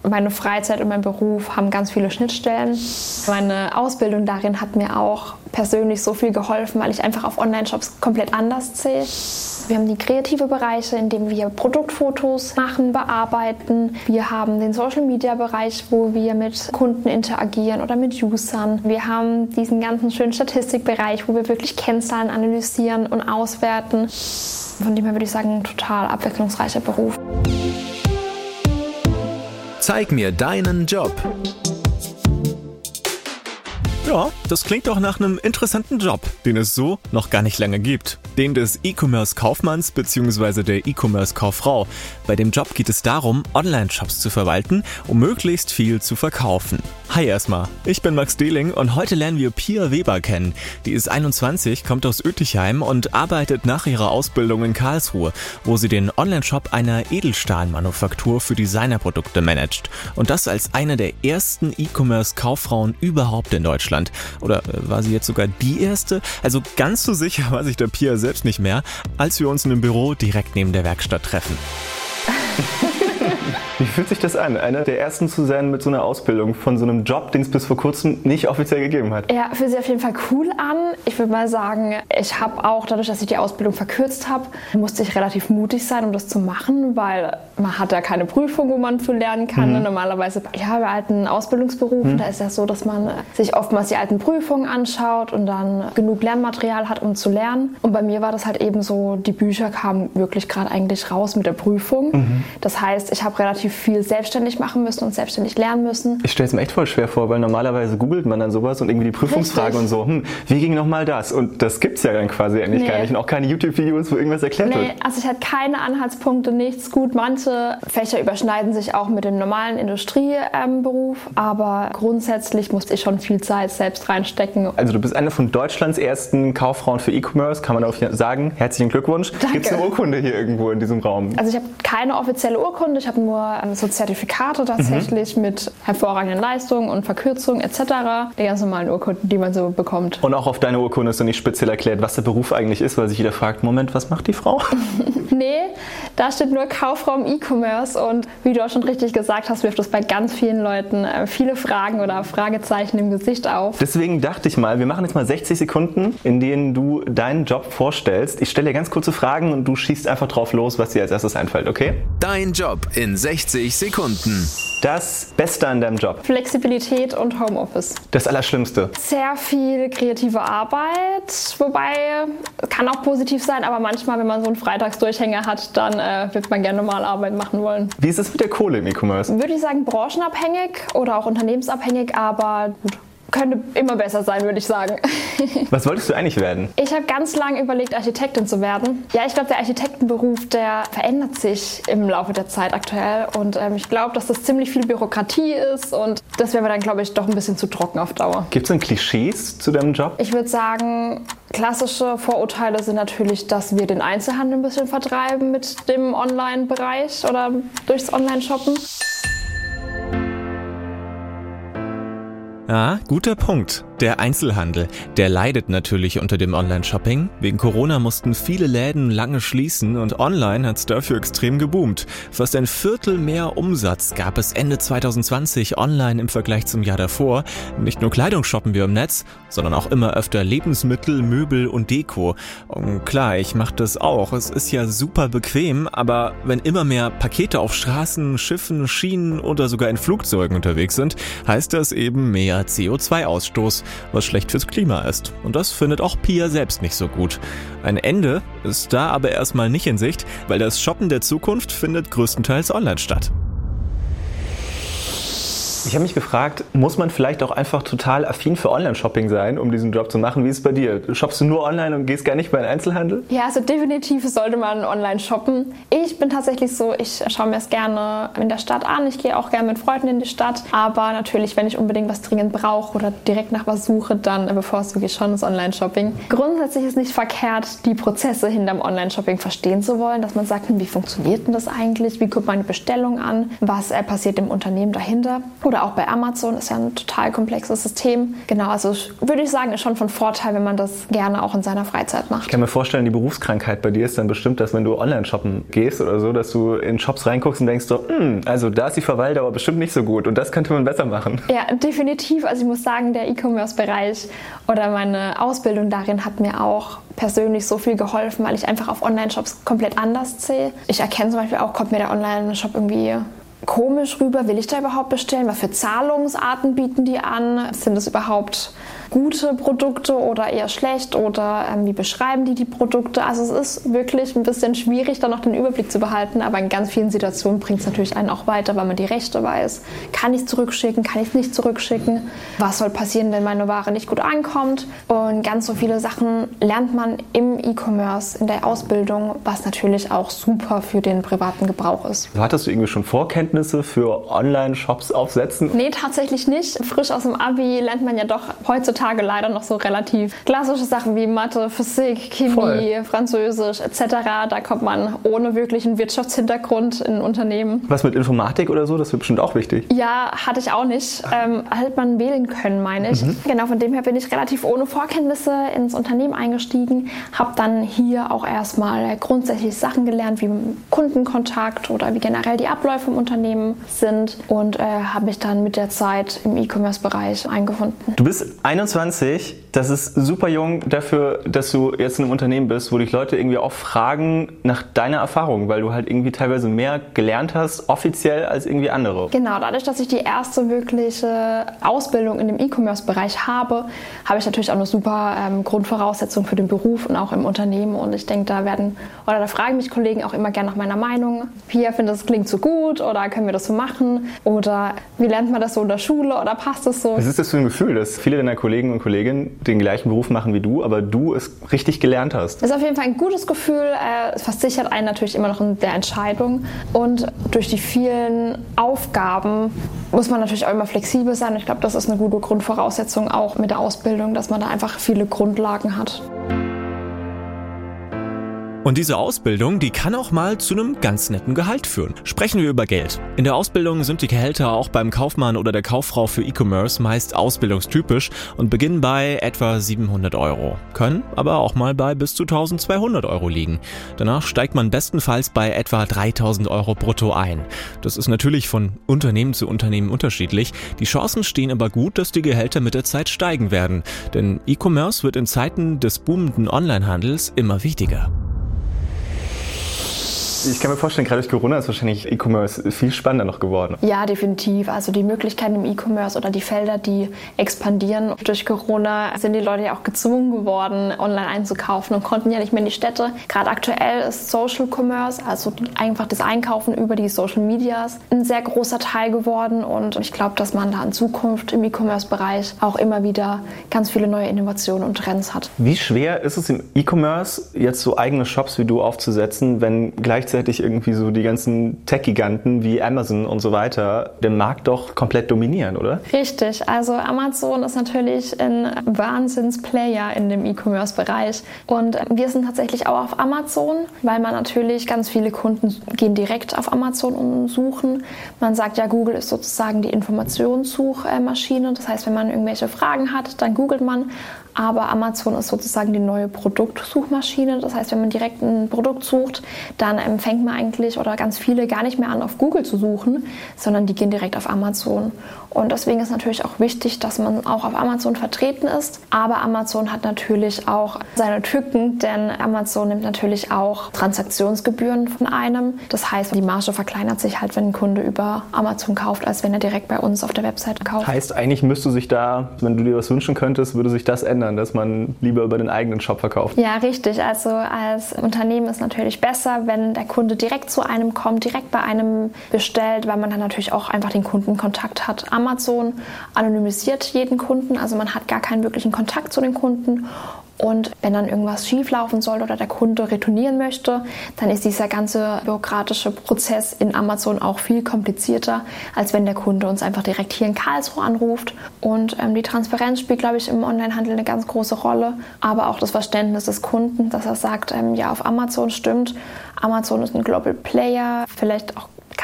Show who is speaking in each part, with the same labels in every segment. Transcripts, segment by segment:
Speaker 1: Meine Freizeit und mein Beruf haben ganz viele Schnittstellen. Meine Ausbildung darin hat mir auch persönlich so viel geholfen, weil ich einfach auf Online-Shops komplett anders sehe. Wir haben die kreative Bereiche, in denen wir Produktfotos machen, bearbeiten. Wir haben den Social-Media-Bereich, wo wir mit Kunden interagieren oder mit Usern. Wir haben diesen ganzen schönen Statistikbereich, wo wir wirklich Kennzahlen analysieren und auswerten. Von dem her würde ich sagen, ein total abwechslungsreicher Beruf.
Speaker 2: Zeig mir deinen Job.
Speaker 3: Ja, das klingt doch nach einem interessanten Job, den es so noch gar nicht lange gibt. Den des E-Commerce-Kaufmanns bzw. der E-Commerce-Kauffrau. Bei dem Job geht es darum, Online-Shops zu verwalten, um möglichst viel zu verkaufen. Hi erstmal, ich bin Max Dehling und heute lernen wir Pia Weber kennen. Die ist 21, kommt aus Oettichheim und arbeitet nach ihrer Ausbildung in Karlsruhe, wo sie den Online-Shop einer Edelstahlmanufaktur für Designerprodukte managt. Und das als eine der ersten E-Commerce-Kauffrauen überhaupt in Deutschland. Oder war sie jetzt sogar die erste? Also ganz so sicher war sich der Pia selbst nicht mehr, als wir uns in einem Büro direkt neben der Werkstatt treffen.
Speaker 4: Wie fühlt sich das an, einer der ersten zu sein mit so einer Ausbildung von so einem Job, den es bis vor kurzem nicht offiziell gegeben hat?
Speaker 1: Ja, fühlt sich auf jeden Fall cool an. Ich würde mal sagen, ich habe auch, dadurch, dass ich die Ausbildung verkürzt habe, musste ich relativ mutig sein, um das zu machen, weil man hat ja keine Prüfung, wo man für lernen kann. Normalerweise, ja, bei alten Ausbildungsberufen, da ist ja so, dass man sich oftmals die alten Prüfungen anschaut und dann genug Lernmaterial hat, um zu lernen. Und bei mir war das halt eben so, die Bücher kamen wirklich gerade eigentlich raus mit der Prüfung. Das heißt, ich habe relativ viel selbstständig machen müssen und selbstständig lernen müssen.
Speaker 4: Ich stelle es mir echt voll schwer vor, weil normalerweise googelt man dann sowas und irgendwie die Prüfungsfrage und so, wie ging nochmal das? Und das gibt's ja dann quasi eigentlich gar nicht. Und auch keine YouTube-Videos, wo irgendwas erklärt wird.
Speaker 1: Also ich hatte keine Anhaltspunkte, nichts. Gut, manche Fächer überschneiden sich auch mit dem normalen Industrieberuf, aber grundsätzlich musste ich schon viel Zeit selbst reinstecken.
Speaker 4: Also du bist eine von Deutschlands ersten Kauffrauen für E-Commerce, kann man auch sagen. Herzlichen Glückwunsch. Gibt es eine Urkunde hier irgendwo in diesem Raum?
Speaker 1: Also ich habe keine offizielle Urkunde, ich habe nur so Zertifikate tatsächlich mit hervorragenden Leistungen und Verkürzungen etc. Die ganz normalen Urkunden, die man so bekommt.
Speaker 4: Und auch auf deine Urkunde ist noch nicht speziell erklärt, was der Beruf eigentlich ist, weil sich jeder fragt, Moment, was macht die Frau?
Speaker 1: Nee, da steht nur Kauffrau im E-Commerce und wie du auch schon richtig gesagt hast, wirft das bei ganz vielen Leuten viele Fragen oder Fragezeichen im Gesicht auf.
Speaker 4: Deswegen dachte ich mal, wir machen jetzt mal 60 Sekunden, in denen du deinen Job vorstellst. Ich stelle dir ganz kurze Fragen und du schießt einfach drauf los, was dir als erstes einfällt, okay?
Speaker 2: Dein Job in 60 Sekunden.
Speaker 4: Das Beste an deinem Job?
Speaker 1: Flexibilität und Homeoffice.
Speaker 4: Das Allerschlimmste?
Speaker 1: Sehr viel kreative Arbeit, wobei kann auch positiv sein, aber manchmal, wenn man so einen Freitagsdurchhänger hat, dann wird man gerne normal Arbeit machen wollen.
Speaker 4: Wie ist es mit der Kohle im E-Commerce?
Speaker 1: Würde ich sagen branchenabhängig oder auch unternehmensabhängig, aber gut. Könnte immer besser sein, würde ich sagen.
Speaker 4: Was wolltest du eigentlich werden?
Speaker 1: Ich habe ganz lange überlegt, Architektin zu werden. Ja, ich glaube, der Architektenberuf, der verändert sich im Laufe der Zeit aktuell. Und ich glaube, dass das ziemlich viel Bürokratie ist. Und das wäre mir dann, glaube ich, doch ein bisschen zu trocken auf Dauer. Gibt
Speaker 4: es denn Klischees zu deinem Job?
Speaker 1: Ich würde sagen, klassische Vorurteile sind natürlich, dass wir den Einzelhandel ein bisschen vertreiben mit dem Online-Bereich oder durchs Online-Shoppen.
Speaker 3: Ja, guter Punkt. Der Einzelhandel, der leidet natürlich unter dem Online-Shopping. Wegen Corona mussten viele Läden lange schließen und online hat's dafür extrem geboomt. Fast ein Viertel mehr Umsatz gab es Ende 2020 online im Vergleich zum Jahr davor. Nicht nur Kleidung shoppen wir im Netz, sondern auch immer öfter Lebensmittel, Möbel und Deko. Und klar, ich mache das auch. Es ist ja super bequem, aber wenn immer mehr Pakete auf Straßen, Schiffen, Schienen oder sogar in Flugzeugen unterwegs sind, heißt das eben mehr CO2-Ausstoß, was schlecht fürs Klima ist. Und das findet auch Pia selbst nicht so gut. Ein Ende ist da aber erstmal nicht in Sicht, weil das Shoppen der Zukunft findet größtenteils online statt.
Speaker 4: Ich habe mich gefragt, muss man vielleicht auch einfach total affin für Online-Shopping sein, um diesen Job zu machen? Wie ist es bei dir? Shoppst du nur online und gehst gar nicht bei den Einzelhandel?
Speaker 1: Ja, also definitiv sollte man online shoppen. Ich bin tatsächlich so, ich schaue mir es gerne in der Stadt an. Ich gehe auch gerne mit Freunden in die Stadt. Aber natürlich, wenn ich unbedingt was dringend brauche oder direkt nach was suche, dann bevorzuge ich schon das Online-Shopping. Grundsätzlich ist nicht verkehrt, die Prozesse hinterm Online-Shopping verstehen zu wollen, dass man sagt, wie funktioniert denn das eigentlich? Wie kommt meine Bestellung an? Was passiert im Unternehmen dahinter? Oder auch bei Amazon ist ja ein total komplexes System. Genau, also würde ich sagen, ist schon von Vorteil, wenn man das gerne auch in seiner Freizeit macht.
Speaker 4: Ich kann mir vorstellen, die Berufskrankheit bei dir ist dann bestimmt, dass wenn du online shoppen gehst oder so, dass du in Shops reinguckst und denkst so, also da ist die Verweildauer bestimmt nicht so gut und das könnte man besser machen.
Speaker 1: Ja, definitiv. Also ich muss sagen, der E-Commerce-Bereich oder meine Ausbildung darin hat mir auch persönlich so viel geholfen, weil ich einfach auf Online-Shops komplett anders sehe. Ich erkenne zum Beispiel auch, kommt mir der Online-Shop irgendwie komisch rüber, will ich da überhaupt bestellen? Was für Zahlungsarten bieten die an? Sind das überhaupt gute Produkte oder eher schlecht? Oder wie beschreiben die Produkte? Also es ist wirklich ein bisschen schwierig, da noch den Überblick zu behalten, aber in ganz vielen Situationen bringt es natürlich einen auch weiter, weil man die Rechte weiß. Kann ich es zurückschicken? Kann ich es nicht zurückschicken? Was soll passieren, wenn meine Ware nicht gut ankommt? Und ganz so viele Sachen lernt man im E-Commerce, in der Ausbildung, was natürlich auch super für den privaten Gebrauch ist.
Speaker 4: Hattest du irgendwie schon Vorkenntnisse für Online-Shops aufsetzen?
Speaker 1: Nee, tatsächlich nicht. Frisch aus dem Abi lernt man ja doch heutzutage leider noch so relativ klassische Sachen wie Mathe, Physik, Chemie, Französisch etc. Da kommt man ohne wirklichen Wirtschaftshintergrund in ein Unternehmen.
Speaker 4: Was mit Informatik oder so? Das wird bestimmt auch wichtig.
Speaker 1: Ja, hatte ich auch nicht. Hätte man wählen können, meine ich. Genau, von dem her bin ich relativ ohne Vorkenntnisse ins Unternehmen eingestiegen. Habe dann hier auch erstmal grundsätzlich Sachen gelernt, wie Kundenkontakt oder wie generell die Abläufe im Unternehmen sind und habe mich dann mit der Zeit im E-Commerce-Bereich eingefunden.
Speaker 4: Du bist 21, das ist super jung dafür, dass du jetzt in einem Unternehmen bist, wo dich Leute irgendwie auch fragen nach deiner Erfahrung, weil du halt irgendwie teilweise mehr gelernt hast, offiziell als irgendwie andere.
Speaker 1: Genau, dadurch, dass ich die erste wirkliche Ausbildung in dem E-Commerce-Bereich habe, habe ich natürlich auch eine super Grundvoraussetzung für den Beruf und auch im Unternehmen. Und ich denke, da fragen mich Kollegen auch immer gerne nach meiner Meinung. Pia, findet das klingt so gut oder können wir das so machen? Oder wie lernt man das so in der Schule oder passt das so?
Speaker 4: Was ist das für ein Gefühl, dass viele deiner Kollegen und Kolleginnen den gleichen Beruf machen wie du, aber du es richtig gelernt hast?
Speaker 1: Das ist auf jeden Fall ein gutes Gefühl. Es versichert einen natürlich immer noch in der Entscheidung. Und durch die vielen Aufgaben muss man natürlich auch immer flexibel sein. Ich glaube, das ist eine gute Grundvoraussetzung auch mit der Ausbildung, dass man da einfach viele Grundlagen hat.
Speaker 3: Und diese Ausbildung, die kann auch mal zu einem ganz netten Gehalt führen. Sprechen wir über Geld. In der Ausbildung sind die Gehälter auch beim Kaufmann oder der Kauffrau für E-Commerce meist ausbildungstypisch und beginnen bei etwa 700 €, können aber auch mal bei bis zu 1.200 € liegen. Danach steigt man bestenfalls bei etwa 3.000 € brutto ein. Das ist natürlich von Unternehmen zu Unternehmen unterschiedlich. Die Chancen stehen aber gut, dass die Gehälter mit der Zeit steigen werden. Denn E-Commerce wird in Zeiten des boomenden Onlinehandels immer wichtiger.
Speaker 4: Ich kann mir vorstellen, gerade durch Corona ist wahrscheinlich E-Commerce viel spannender noch geworden.
Speaker 1: Ja, definitiv. Also die Möglichkeiten im E-Commerce oder die Felder, die expandieren. Durch Corona sind die Leute ja auch gezwungen geworden, online einzukaufen und konnten ja nicht mehr in die Städte. Gerade aktuell ist Social Commerce, also einfach das Einkaufen über die Social Medias, ein sehr großer Teil geworden. Und ich glaube, dass man da in Zukunft im E-Commerce-Bereich auch immer wieder ganz viele neue Innovationen und Trends hat.
Speaker 4: Wie schwer ist es im E-Commerce, jetzt so eigene Shops wie du aufzusetzen, wenn gleichzeitig irgendwie so die ganzen Tech-Giganten wie Amazon und so weiter den Markt doch komplett dominieren, oder?
Speaker 1: Richtig, also Amazon ist natürlich ein Wahnsinns-Player in dem E-Commerce-Bereich und wir sind tatsächlich auch auf Amazon, weil man natürlich ganz viele Kunden gehen direkt auf Amazon und suchen. Man sagt ja, Google ist sozusagen die Informationssuchmaschine, das heißt, wenn man irgendwelche Fragen hat, dann googelt man. Aber Amazon ist sozusagen die neue Produktsuchmaschine. Das heißt, wenn man direkt ein Produkt sucht, dann fängt man eigentlich oder ganz viele gar nicht mehr an, auf Google zu suchen, sondern die gehen direkt auf Amazon. Und deswegen ist natürlich auch wichtig, dass man auch auf Amazon vertreten ist. Aber Amazon hat natürlich auch seine Tücken, denn Amazon nimmt natürlich auch Transaktionsgebühren von einem. Das heißt, die Marge verkleinert sich halt, wenn ein Kunde über Amazon kauft, als wenn er direkt bei uns auf der Webseite kauft.
Speaker 4: Heißt, eigentlich müsste sich da, wenn du dir was wünschen könntest, würde sich das ändern, dass man lieber über den eigenen Shop verkauft?
Speaker 1: Ja, richtig. Also als Unternehmen ist natürlich besser, wenn der Kunde direkt zu einem kommt, direkt bei einem bestellt, weil man dann natürlich auch einfach den Kundenkontakt hat. Amazon anonymisiert jeden Kunden, also man hat gar keinen wirklichen Kontakt zu den Kunden. Und wenn dann irgendwas schieflaufen soll oder der Kunde retournieren möchte, dann ist dieser ganze bürokratische Prozess in Amazon auch viel komplizierter, als wenn der Kunde uns einfach direkt hier in Karlsruhe anruft. Und die Transparenz spielt, glaube ich, im Onlinehandel eine ganz große Rolle. Aber auch das Verständnis des Kunden, dass er sagt, ja, auf Amazon stimmt. Amazon ist ein Global Player, vielleicht auch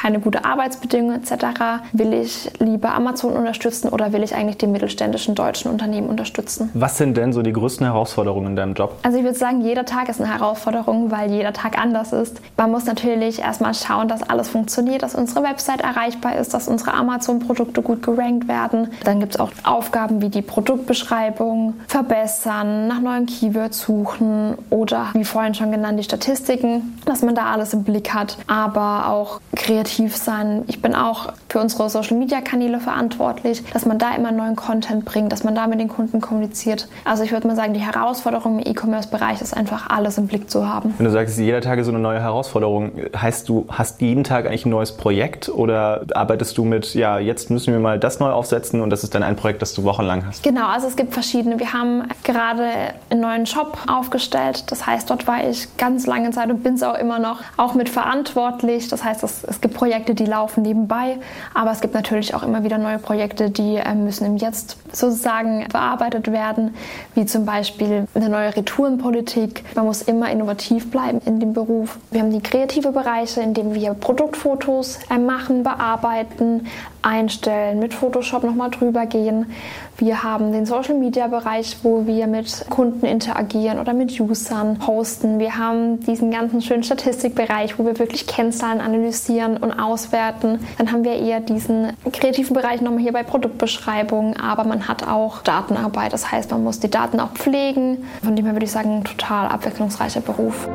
Speaker 1: keine gute Arbeitsbedingungen etc.? Will ich lieber Amazon unterstützen oder will ich eigentlich die mittelständischen deutschen Unternehmen unterstützen?
Speaker 4: Was sind denn so die größten Herausforderungen in deinem Job?
Speaker 1: Also ich würde sagen, jeder Tag ist eine Herausforderung, weil jeder Tag anders ist. Man muss natürlich erstmal schauen, dass alles funktioniert, dass unsere Website erreichbar ist, dass unsere Amazon-Produkte gut gerankt werden. Dann gibt es auch Aufgaben wie die Produktbeschreibung verbessern, nach neuen Keywords suchen oder, wie vorhin schon genannt, die Statistiken, dass man da alles im Blick hat, aber auch kreativ sein. Ich bin auch für unsere Social-Media-Kanäle verantwortlich, dass man da immer neuen Content bringt, dass man da mit den Kunden kommuniziert. Also ich würde mal sagen, die Herausforderung im E-Commerce-Bereich ist einfach, alles im Blick zu haben.
Speaker 4: Wenn du sagst, jeder Tag ist so eine neue Herausforderung, heißt du hast jeden Tag eigentlich ein neues Projekt oder arbeitest du mit, ja, jetzt müssen wir mal das neu aufsetzen und das ist dann ein Projekt, das du wochenlang hast?
Speaker 1: Genau, also es gibt verschiedene. Wir haben gerade einen neuen Shop aufgestellt. Das heißt, dort war ich ganz lange Zeit und bin es auch immer noch, auch mit verantwortlich. Das heißt, es gibt Projekte, die laufen nebenbei, aber es gibt natürlich auch immer wieder neue Projekte, die müssen im Jetzt sozusagen bearbeitet werden, wie zum Beispiel eine neue Retourenpolitik. Man muss immer innovativ bleiben in dem Beruf. Wir haben die kreative Bereiche, in denen wir Produktfotos machen, bearbeiten, einstellen, mit Photoshop nochmal drüber gehen. Wir haben den Social-Media-Bereich, wo wir mit Kunden interagieren oder mit Usern posten. Wir haben diesen ganzen schönen Statistikbereich, wo wir wirklich Kennzahlen analysieren und auswerten. Dann haben wir eher diesen kreativen Bereich nochmal hier bei Produktbeschreibungen, aber man hat auch Datenarbeit. Das heißt, man muss die Daten auch pflegen. Von dem her würde ich sagen, ein total abwechslungsreicher Beruf.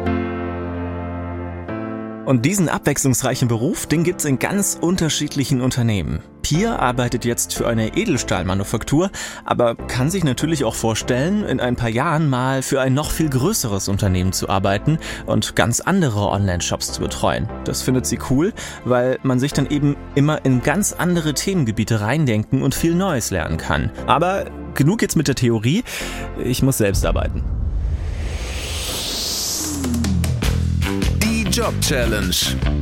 Speaker 3: Und diesen abwechslungsreichen Beruf, den gibt's in ganz unterschiedlichen Unternehmen. Pia arbeitet jetzt für eine Edelstahlmanufaktur, aber kann sich natürlich auch vorstellen, in ein paar Jahren mal für ein noch viel größeres Unternehmen zu arbeiten und ganz andere Online-Shops zu betreuen. Das findet sie cool, weil man sich dann eben immer in ganz andere Themengebiete reindenken und viel Neues lernen kann. Aber genug jetzt mit der Theorie, ich muss selbst arbeiten.
Speaker 2: Job Challenge.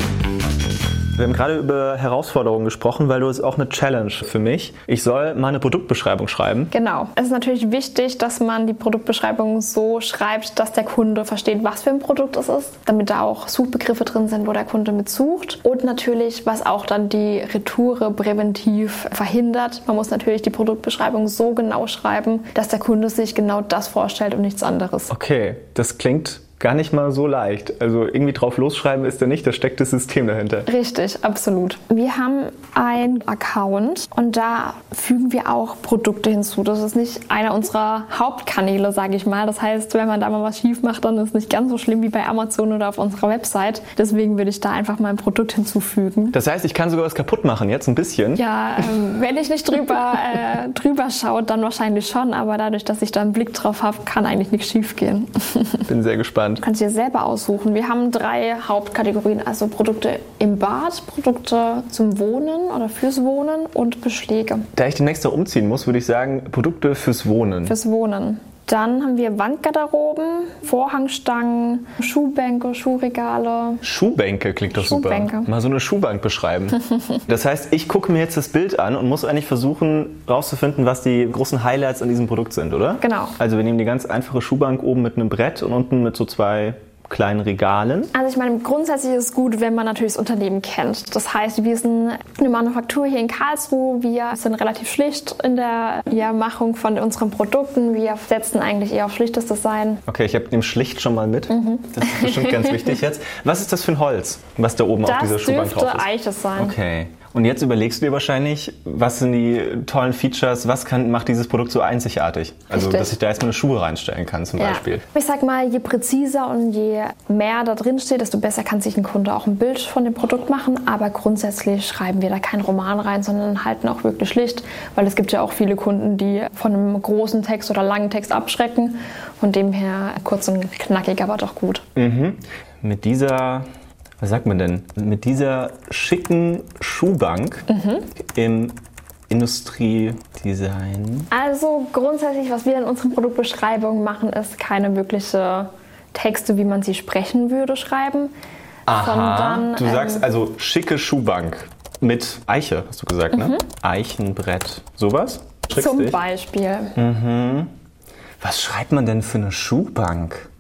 Speaker 4: Wir haben gerade über Herausforderungen gesprochen, weil du es auch eine Challenge für mich. Ich soll mal eine Produktbeschreibung schreiben.
Speaker 1: Genau. Es ist natürlich wichtig, dass man die Produktbeschreibung so schreibt, dass der Kunde versteht, was für ein Produkt es ist, damit da auch Suchbegriffe drin sind, wo der Kunde mit sucht. Und natürlich, was auch dann die Retoure präventiv verhindert. Man muss natürlich die Produktbeschreibung so genau schreiben, dass der Kunde sich genau das vorstellt und nichts anderes.
Speaker 4: Okay, das klingt gar nicht mal so leicht. Also irgendwie drauf losschreiben ist da nicht, da steckt das System dahinter.
Speaker 1: Richtig, absolut. Wir haben einen Account und da fügen wir auch Produkte hinzu. Das ist nicht einer unserer Hauptkanäle, sage ich mal. Das heißt, wenn man da mal was schief macht, dann ist es nicht ganz so schlimm wie bei Amazon oder auf unserer Website. Deswegen würde ich da einfach mal ein Produkt hinzufügen.
Speaker 4: Das heißt, ich kann sogar was kaputt machen, jetzt ein bisschen?
Speaker 1: Ja, wenn ich nicht drüber schaue, dann wahrscheinlich schon. Aber dadurch, dass ich da einen Blick drauf habe, kann eigentlich nichts schief gehen.
Speaker 4: Bin sehr gespannt.
Speaker 1: Du kannst dir selber aussuchen. Wir haben 3 Hauptkategorien, also Produkte im Bad, Produkte zum Wohnen oder fürs Wohnen und Beschläge.
Speaker 4: Da ich demnächst noch umziehen muss, würde ich sagen, Produkte fürs Wohnen.
Speaker 1: Fürs Wohnen. Dann haben wir Wandgarderoben, Vorhangstangen, Schuhbänke, Schuhregale.
Speaker 4: Schuhbänke klingt doch
Speaker 1: Schuhbänke.
Speaker 4: Super. Mal so eine Schuhbank beschreiben. Das heißt, ich gucke mir jetzt das Bild an und muss eigentlich versuchen, rauszufinden, was die großen Highlights an diesem Produkt sind, oder?
Speaker 1: Genau.
Speaker 4: Also wir nehmen die ganz einfache Schuhbank oben mit einem Brett und unten mit so 2 kleinen Regalen.
Speaker 1: Also ich meine, grundsätzlich ist es gut, wenn man natürlich das Unternehmen kennt. Das heißt, wir sind eine Manufaktur hier in Karlsruhe. Wir sind relativ schlicht in der Machung von unseren Produkten. Wir setzen eigentlich eher auf schlichtes Design.
Speaker 4: Okay, ich habe dem schlicht schon mal mit. Das ist bestimmt ganz wichtig jetzt. Was ist das für ein Holz, was da oben auf dieser Schuhbank drauf ist?
Speaker 1: Das dürfte Eiche sein.
Speaker 4: Okay. Und jetzt überlegst du dir wahrscheinlich, was sind die tollen Features, macht dieses Produkt so einzigartig? Also,
Speaker 1: Richtig.
Speaker 4: dass ich da jetzt meine Schuhe reinstellen kann zum Beispiel.
Speaker 1: Ich sag mal, je präziser und je mehr da drin steht, desto besser kann sich ein Kunde auch ein Bild von dem Produkt machen. Aber grundsätzlich schreiben wir da keinen Roman rein, sondern halten auch wirklich schlicht, weil es gibt ja auch viele Kunden, die von einem großen Text oder langen Text abschrecken. Von dem her kurz und knackig, aber doch gut.
Speaker 4: Mhm. Mit dieser... Was sagt man denn? Mit dieser schicken Schuhbank im Industriedesign.
Speaker 1: Also grundsätzlich, was wir in unseren Produktbeschreibungen machen, ist keine wirkliche Texte, wie man sie sprechen würde, schreiben.
Speaker 4: Aha,
Speaker 1: sondern,
Speaker 4: du sagst also schicke Schuhbank mit Eiche, hast du gesagt, ne? Eichenbrett, sowas?
Speaker 1: Zum Beispiel.
Speaker 4: Was schreibt man denn für eine Schuhbank?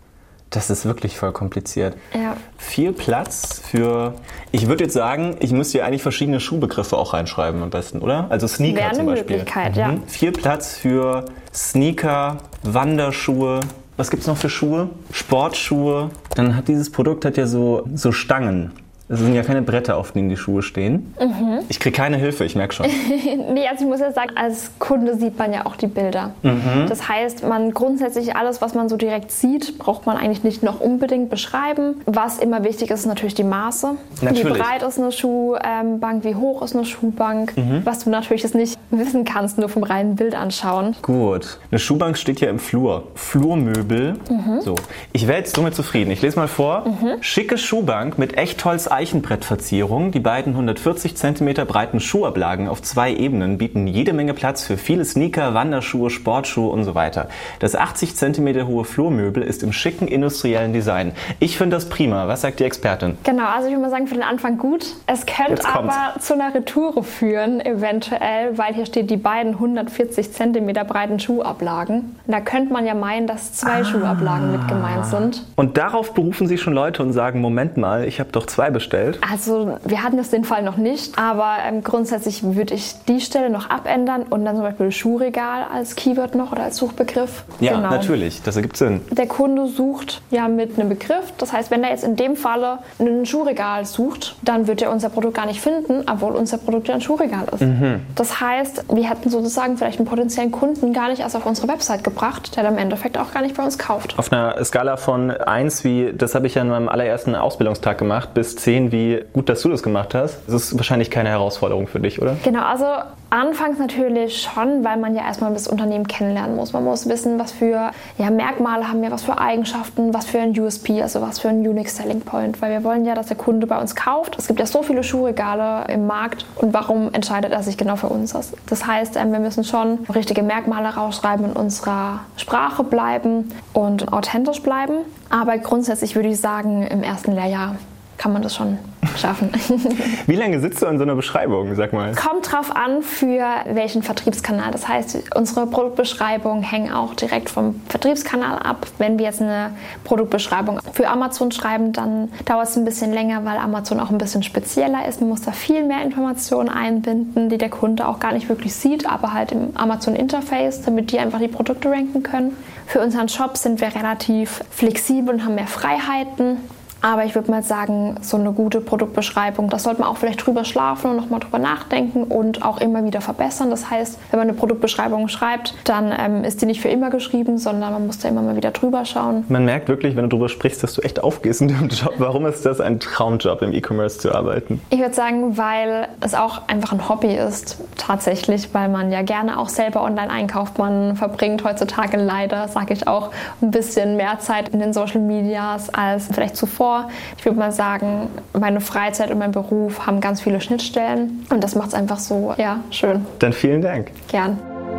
Speaker 4: Das ist wirklich voll kompliziert.
Speaker 1: Ja.
Speaker 4: Viel Platz für, ich würde jetzt sagen, ich müsste hier eigentlich verschiedene Schuhbegriffe auch reinschreiben am besten, oder? Also Sneaker
Speaker 1: Wäre
Speaker 4: zum
Speaker 1: eine
Speaker 4: Beispiel.
Speaker 1: Möglichkeit, ja.
Speaker 4: Viel Platz für Sneaker, Wanderschuhe. Was gibt's noch für Schuhe? Sportschuhe. Dann hat dieses Produkt ja so Stangen. Das sind ja keine Bretter, auf denen die Schuhe stehen. Ich kriege keine Hilfe, ich merke schon.
Speaker 1: Nee, also ich muss ja sagen, als Kunde sieht man ja auch die Bilder. Das heißt, man grundsätzlich alles, was man so direkt sieht, braucht man eigentlich nicht noch unbedingt beschreiben. Was immer wichtig ist, ist natürlich die Maße.
Speaker 4: Natürlich.
Speaker 1: Wie breit ist eine Schuhbank, wie hoch ist eine Schuhbank. Was du natürlich jetzt nicht wissen kannst, nur vom reinen Bild anschauen.
Speaker 4: Gut. Eine Schuhbank steht ja im Flur. Flurmöbel. So. Ich wäre jetzt somit zufrieden. Ich lese mal vor. Schicke Schuhbank mit Echtholz-Eichenbrettverzierung. Die beiden 140 cm breiten Schuhablagen auf 2 Ebenen bieten jede Menge Platz für viele Sneaker, Wanderschuhe, Sportschuhe und so weiter. Das 80 cm hohe Flurmöbel ist im schicken industriellen Design. Ich finde das prima. Was sagt die Expertin?
Speaker 1: Genau, also ich würde mal sagen, für den Anfang gut. Es könnte aber zu einer Retoure führen, eventuell, weil hier steht, die beiden 140 cm breiten Schuhablagen. Da könnte man ja meinen, dass 2 Schuhablagen mit gemeint sind.
Speaker 4: Und darauf berufen sich schon Leute und sagen, Moment mal, ich habe doch 2 bestellt.
Speaker 1: Also wir hatten jetzt den Fall noch nicht, aber grundsätzlich würde ich die Stelle noch abändern und dann zum Beispiel Schuhregal als Keyword noch oder als Suchbegriff.
Speaker 4: Ja,
Speaker 1: genau.
Speaker 4: Natürlich, das ergibt Sinn.
Speaker 1: Der Kunde sucht ja mit einem Begriff. Das heißt, wenn er jetzt in dem Falle ein Schuhregal sucht, dann wird er unser Produkt gar nicht finden, obwohl unser Produkt ja ein Schuhregal ist. Das heißt, wir hätten sozusagen vielleicht einen potenziellen Kunden gar nicht erst auf unsere Website gebracht, der dann im Endeffekt auch gar nicht bei uns kauft.
Speaker 4: Auf einer Skala von 1, wie, das habe ich ja in meinem allerersten Ausbildungstag gemacht, bis 10, wie gut, dass du das gemacht hast. Das ist wahrscheinlich keine Herausforderung für dich, oder?
Speaker 1: Genau, also anfangs natürlich schon, weil man ja erstmal das Unternehmen kennenlernen muss. Man muss wissen, was für Merkmale haben wir, was für Eigenschaften, was für ein USP, also was für ein Unique Selling Point. Weil wir wollen ja, dass der Kunde bei uns kauft. Es gibt ja so viele Schuhregale im Markt und warum entscheidet er sich genau für uns? Das heißt, wir müssen schon richtige Merkmale rausschreiben, in unserer Sprache bleiben und authentisch bleiben. Aber grundsätzlich würde ich sagen, im ersten Lehrjahr kann man das schon schaffen.
Speaker 4: Wie lange sitzt du an so einer Beschreibung, sag mal?
Speaker 1: Kommt drauf an, für welchen Vertriebskanal. Das heißt, unsere Produktbeschreibungen hängen auch direkt vom Vertriebskanal ab. Wenn wir jetzt eine Produktbeschreibung für Amazon schreiben, dann dauert es ein bisschen länger, weil Amazon auch ein bisschen spezieller ist. Man muss da viel mehr Informationen einbinden, die der Kunde auch gar nicht wirklich sieht, aber halt im Amazon-Interface, damit die einfach die Produkte ranken können. Für unseren Shop sind wir relativ flexibel und haben mehr Freiheiten. Aber ich würde mal sagen, so eine gute Produktbeschreibung, das sollte man auch vielleicht drüber schlafen und nochmal drüber nachdenken und auch immer wieder verbessern. Das heißt, wenn man eine Produktbeschreibung schreibt, dann ist die nicht für immer geschrieben, sondern man muss da immer mal wieder drüber schauen.
Speaker 4: Man merkt wirklich, wenn du drüber sprichst, dass du echt aufgehst in dem Job. Warum ist das ein Traumjob, im E-Commerce zu arbeiten?
Speaker 1: Ich würde sagen, weil es auch einfach ein Hobby ist, tatsächlich, weil man ja gerne auch selber online einkauft. Man verbringt heutzutage leider, sage ich auch, ein bisschen mehr Zeit in den Social Medias als vielleicht zuvor. Ich würde mal sagen, meine Freizeit und mein Beruf haben ganz viele Schnittstellen und das macht es einfach so, schön.
Speaker 4: Dann vielen Dank.
Speaker 1: Gern.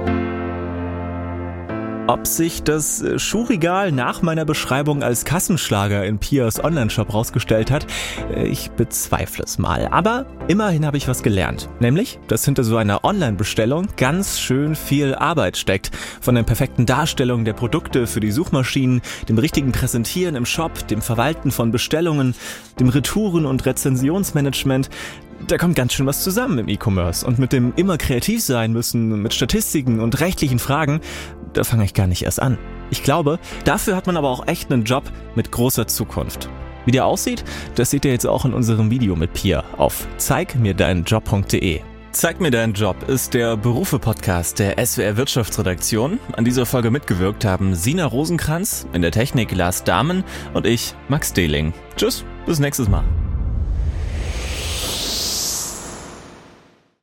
Speaker 3: Ob sich das Schuhregal nach meiner Beschreibung als Kassenschlager in Pias Onlineshop rausgestellt hat, ich bezweifle es mal. Aber immerhin habe ich was gelernt. Nämlich, dass hinter so einer Online-Bestellung ganz schön viel Arbeit steckt. Von der perfekten Darstellung der Produkte für die Suchmaschinen, dem richtigen Präsentieren im Shop, dem Verwalten von Bestellungen, dem Retouren- und Rezensionsmanagement. Da kommt ganz schön was zusammen im E-Commerce. Und mit dem immer kreativ sein müssen, mit Statistiken und rechtlichen Fragen, da fange ich gar nicht erst an. Ich glaube, dafür hat man aber auch echt einen Job mit großer Zukunft. Wie der aussieht, das seht ihr jetzt auch in unserem Video mit Pia auf zeigmirdeinenjob.de. Zeig mir deinen Job ist der Berufe-Podcast der SWR Wirtschaftsredaktion. An dieser Folge mitgewirkt haben Sina Rosenkranz, in der Technik Lars Dahmen und ich, Max Dehling. Tschüss, bis nächstes Mal.